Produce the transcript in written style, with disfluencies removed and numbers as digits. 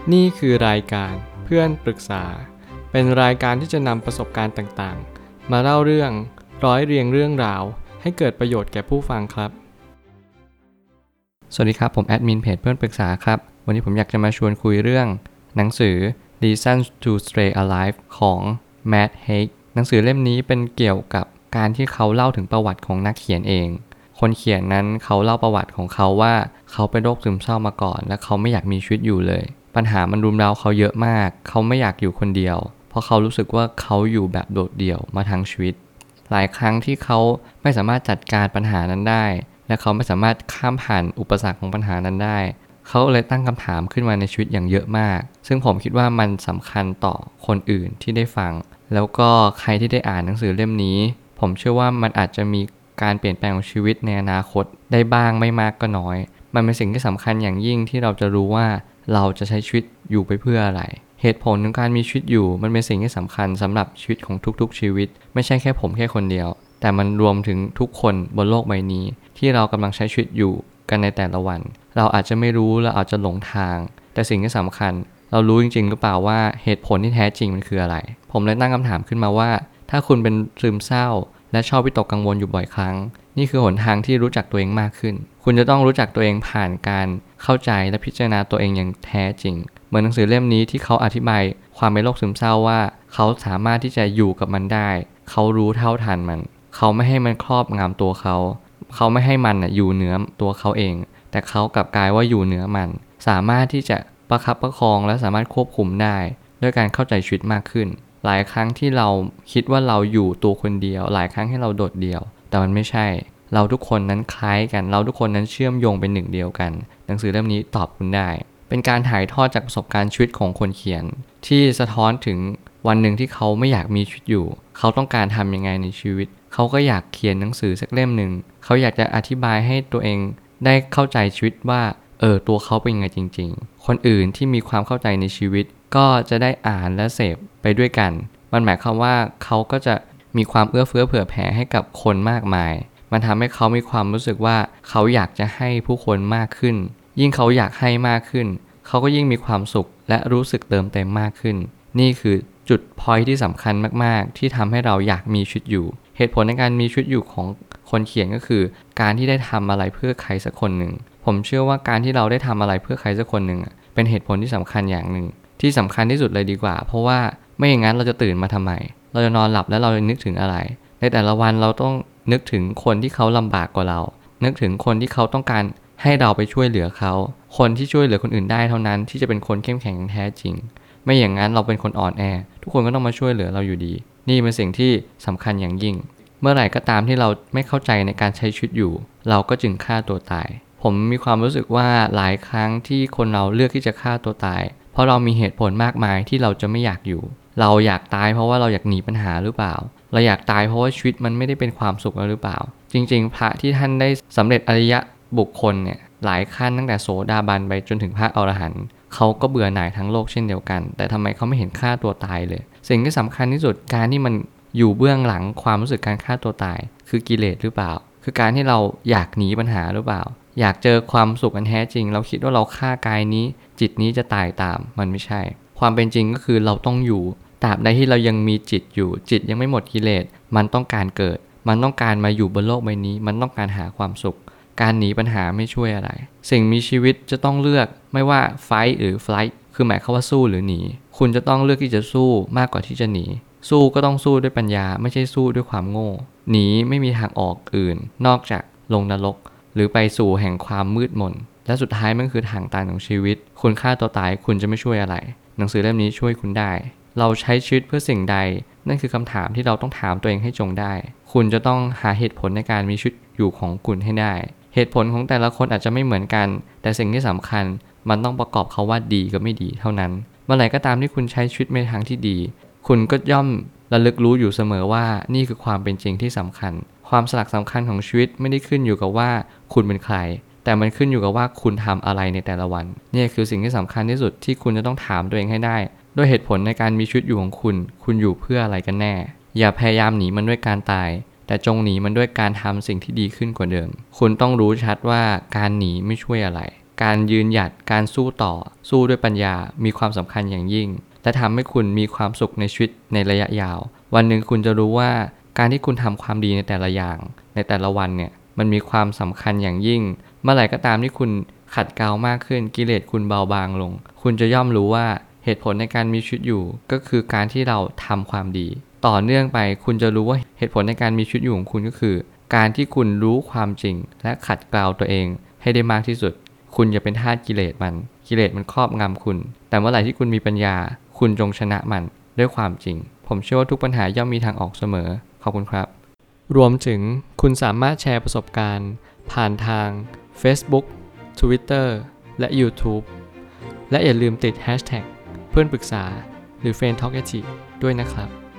นี่คือรายการเพื่อนปรึกษาเป็นรายการที่จะนำประสบการณ์ต่างๆมาเล่าเรื่องร้อยเรียงเรื่องราวให้เกิดประโยชน์แก่ผู้ฟังครับสวัสดีครับผมแอดมินเพจเพื่อนปรึกษาครับวันนี้ผมอยากจะมาชวนคุยเรื่องหนังสือ Reasons to Stay Alive ของ Matt Haig หนังสือเล่มนี้เป็นเกี่ยวกับการที่เขาเล่าถึงประวัติของนักเขียนเองคนเขียนนั้นเขาเล่าประวัติของเขาว่าเขาเป็นโรคซึมเศร้ามาก่อนและเขาไม่อยากมีชีวิตอยู่เลยปัญหามันรุมเร้าเขาเยอะมากเขาไม่อยากอยู่คนเดียวเพราะเขารู้สึกว่าเขาอยู่แบบโดดเดี่ยวมาทั้งชีวิตหลายครั้งที่เขาไม่สามารถจัดการปัญหานั้นได้และเขาไม่สามารถข้ามผ่านอุปสรรคของปัญหานั้นได้เขาเลยตั้งคำถามขึ้นมาในชีวิตอย่างเยอะมากซึ่งผมคิดว่ามันสำคัญต่อคนอื่นที่ได้ฟังแล้วก็ใครที่ได้อ่านหนังสือเล่มนี้ผมเชื่อว่ามันอาจจะมีการเปลี่ยนแปลงของชีวิตในอนาคตได้บ้างไม่มากก็น้อยมันเป็นสิ่งที่สำคัญอย่างยิ่งที่เราจะรู้ว่าเราจะใช้ชีวิตอยู่ไปเพื่ออะไรเหตุผลของการมีชีวิตอยู่มันเป็นสิ่งที่สำคัญสำหรับชีวิตของทุกๆชีวิตไม่ใช่แค่ผมแค่คนเดียวแต่มันรวมถึงทุกคนบนโลกใบนี้ที่เรากำลังใช้ชีวิตอยู่กันในแต่ละวันเราอาจจะไม่รู้เราอาจจะหลงทางแต่สิ่งที่สำคัญเรารู้จริงๆหรือเปล่าว่าเหตุผลที่แท้จริงมันคืออะไรผมเลยตั้งคำถามขึ้นมาว่าถ้าคุณเป็นซึมเศร้าและชอบวิตกกังวลอยู่บ่อยครั้งนี่คือหนทางที่รู้จักตัวเองมากขึ้นคุณจะต้องรู้จักตัวเองผ่านการเข้าใจและพิจารณาตัวเองอย่างแท้จริงเหมือนหนังสือเล่มนี้ที่เขาอธิบายความเป็นโรคซึมเศร้าว่าเขาสามารถที่จะอยู่กับมันได้เขารู้เท่าทันมันเขาไม่ให้มันครอบงำตัวเขาไม่ให้มันอยู่เหนือตัวเขาเองแต่เขากลับกลายว่าอยู่เหนือมันสามารถที่จะประคับประคองและสามารถควบคุมได้ด้วยการเข้าใจชีวิตมากขึ้นหลายครั้งที่เราคิดว่าเราอยู่ตัวคนเดียวหลายครั้งที่เราโดดเดี่ยวแต่มันไม่ใช่เราทุกคนนั้นคล้ายกันเราทุกคนนั้นเชื่อมโยงเป็นหนึ่งเดียวกันหนังสือเล่มนี้ตอบคุณได้เป็นการถ่ายทอดจากประสบการณ์ชีวิตของคนเขียนที่สะท้อนถึงวันหนึ่งที่เขาไม่อยากมีชีวิตอยู่เขาต้องการทำยังไงในชีวิตเขาก็อยากเขียนหนังสือสักเล่มหนึ่งเขาอยากจะอธิบายให้ตัวเองได้เข้าใจชีวิตว่าตัวเขาเป็นยังไงจริงๆคนอื่นที่มีความเข้าใจในชีวิตก็จะได้อ่านและเสพไปด้วยกันมันหมายความว่าเขาก็จะมีความเอื้อเฟื้อเผื่อแผ่ให้กับคนมากมายมันทำให้เขามีความรู้สึกว่าเขาอยากจะให้ผู้คนมากขึ้นยิ่งเขาอยากให้มากขึ้นเขาก็ยิ่งมีความสุขและรู้สึกเติมเต็มมากขึ้นนี่คือจุดพอยท์ที่สำคัญมากๆที่ทำให้เราอยากมีชีวิตอยู่เหตุผลในการมีชีวิตอยู่ของคนเขียนก็คือการที่ได้ทำอะไรเพื่อใครสักคนหนึ่งผมเชื่อว่าการที่เราได้ทำอะไรเพื่อใครสักคนหนึ่งเป็นเหตุผลที่สำคัญอย่างหนึ่งที่สำคัญที่สุดเลยดีกว่าเพราะว่าไม่อย่างนั้นเราจะตื่นมาทำไมเราจะนอนหลับแล้วเราจะนึกถึงอะไรในแต่ละวันเราต้องนึกถึงคนที่เขาลำบากกว่าเรานึกถึงคนที่เขาต้องการให้เราไปช่วยเหลือเขาคนที่ช่วยเหลือคนอื่นได้เท่านั้นที่จะเป็นคนเข้มแข็งแท้จริงไม่อย่างนั้นเราเป็นคนอ่อนแอทุกคนก็ต้องมาช่วยเหลือเราอยู่ดีนี่เป็นสิ่งที่สำคัญอย่างยิ่งเมื่อไหร่ก็ตามที่เราไม่เข้าใจในการใช้ชีวิตอยู่เราก็จึงฆ่าตัวตายผมมีความรู้สึกว่าหลายครั้งที่คนเราเลือกที่จะฆ่าตัวตายเพราะเรามีเหตุผลมากมายที่เราจะไม่อยากอยู่เราอยากตายเพราะว่าเราอยากหนีปัญหาหรือเปล่าเราอยากตายเพราะว่าชีวิตมันไม่ได้เป็นความสุขแล้วหรือเปล่าจริงๆพระที่ท่านได้สำเร็จอริยบุคคลเนี่ยหลายขั้นตั้งแต่โสดาบันไปจนถึงพระอรหันต์เขาก็เบื่อหน่ายทั้งโลกเช่นเดียวกันแต่ทำไมเขาไม่เห็นฆ่าตัวตายเลยสิ่งที่สำคัญที่สุดการที่มันอยู่เบื้องหลังความรู้สึกการฆ่าตัวตายคือกิเลสหรือเปล่าคือการที่เราอยากหนีปัญหาหรือเปล่าอยากเจอความสุขอันแท้จริงเราคิดว่าเราฆ่ากายนี้จิตนี้จะตายตามมันไม่ใช่ความเป็นจริงก็คือเราต้องอยู่ตราบใดที่เรายังมีจิตอยู่จิตยังไม่หมดกิเลสมันต้องการเกิดมันต้องการมาอยู่บนโลกใบนี้มันต้องการหาความสุขการหนีปัญหาไม่ช่วยอะไรสิ่งมีชีวิตจะต้องเลือกไม่ว่า fight หรือ flight คือหมายความว่าสู้หรือหนีคุณจะต้องเลือกที่จะสู้มากกว่าที่จะหนีสู้ก็ต้องสู้ด้วยปัญญาไม่ใช่สู้ด้วยความโง่หนีไม่มีทางออกอื่นนอกจากลงนรกหรือไปสู่แห่งความมืดมนและสุดท้ายมันคือทางตันของชีวิตคุณฆ่าตัวตายคุณจะไม่ช่วยอะไรหนังสือเล่มนี้ช่วยคุณได้เราใช้ชีวิตเพื่อสิ่งใดนั่นคือคำถามที่เราต้องถามตัวเองให้จงได้คุณจะต้องหาเหตุผลในการมีชีวิตอยู่ของคุณให้ได้เหตุผลของแต่ละคนอาจจะไม่เหมือนกันแต่สิ่งที่สำคัญมันต้องประกอบเขาว่าดีกับไม่ดีเท่านั้นเมื่อไหร่ก็ตามที่คุณใช้ชีวิตในทางที่ดีคุณก็ย่อมระลึกรู้อยู่เสมอว่านี่คือความเป็นจริงที่สำคัญความสลักสำคัญของชีวิตไม่ได้ขึ้นอยู่กับว่าคุณเป็นใครแต่มันขึ้นอยู่กับว่าคุณทำอะไรในแต่ละวันนี่คือสิ่งที่สำคัญที่สุดที่คุณจะต้องถามตัวเองให้ได้ด้วยเหตุผลในการมีชีวิตอยู่ของคุณอยู่เพื่ออะไรกันแน่อย่าพยายามหนีมันด้วยการตายแต่จงหนีมันด้วยการทำสิ่งที่ดีขึ้นกว่าเดิมคุณต้องรู้ชัดว่าการหนีไม่ช่วยอะไรการยืนหยัดการสู้ต่อสู้ด้วยปัญญามีความสำคัญอย่างยิ่งและทำให้คุณมีความสุขในชีวิตในระยะยาววันหนึ่งคุณจะรู้ว่าการที่คุณทำความดีในแต่ละอย่างในแต่ละวันเนี่ยมันมีความสำคัญอย่างยิ่งเมื่อไหร่ก็ตามที่คุณขัดเกลามากขึ้นกิเลสคุณเบาบางลงคุณจะย่อมรู้ว่าเหตุผลในการมีชีวิตอยู่ก็คือการที่เราทำความดีต่อเนื่องไปคุณจะรู้ว่าเหตุผลในการมีชีวิตอยู่ของคุณก็คือการที่คุณรู้ความจริงและขัดเกลาตัวเองให้ได้มากที่สุดคุณอย่าเป็นทาสกิเลสมันครอบงำคุณแต่เมื่อไหร่ที่คุณมีปัญญาคุณจงชนะมันด้วยความจริงผมเชื่อว่าทุกปัญหาย่อมมีทางออกเสมอขอบคุณครับรวมถึงคุณสามารถแชร์ประสบการณ์ผ่านทาง Facebook Twitter และ YouTube และอย่าลืมติด Hashtag เพื่อนปรึกษาหรือ Friend Talk ด้วยนะครับ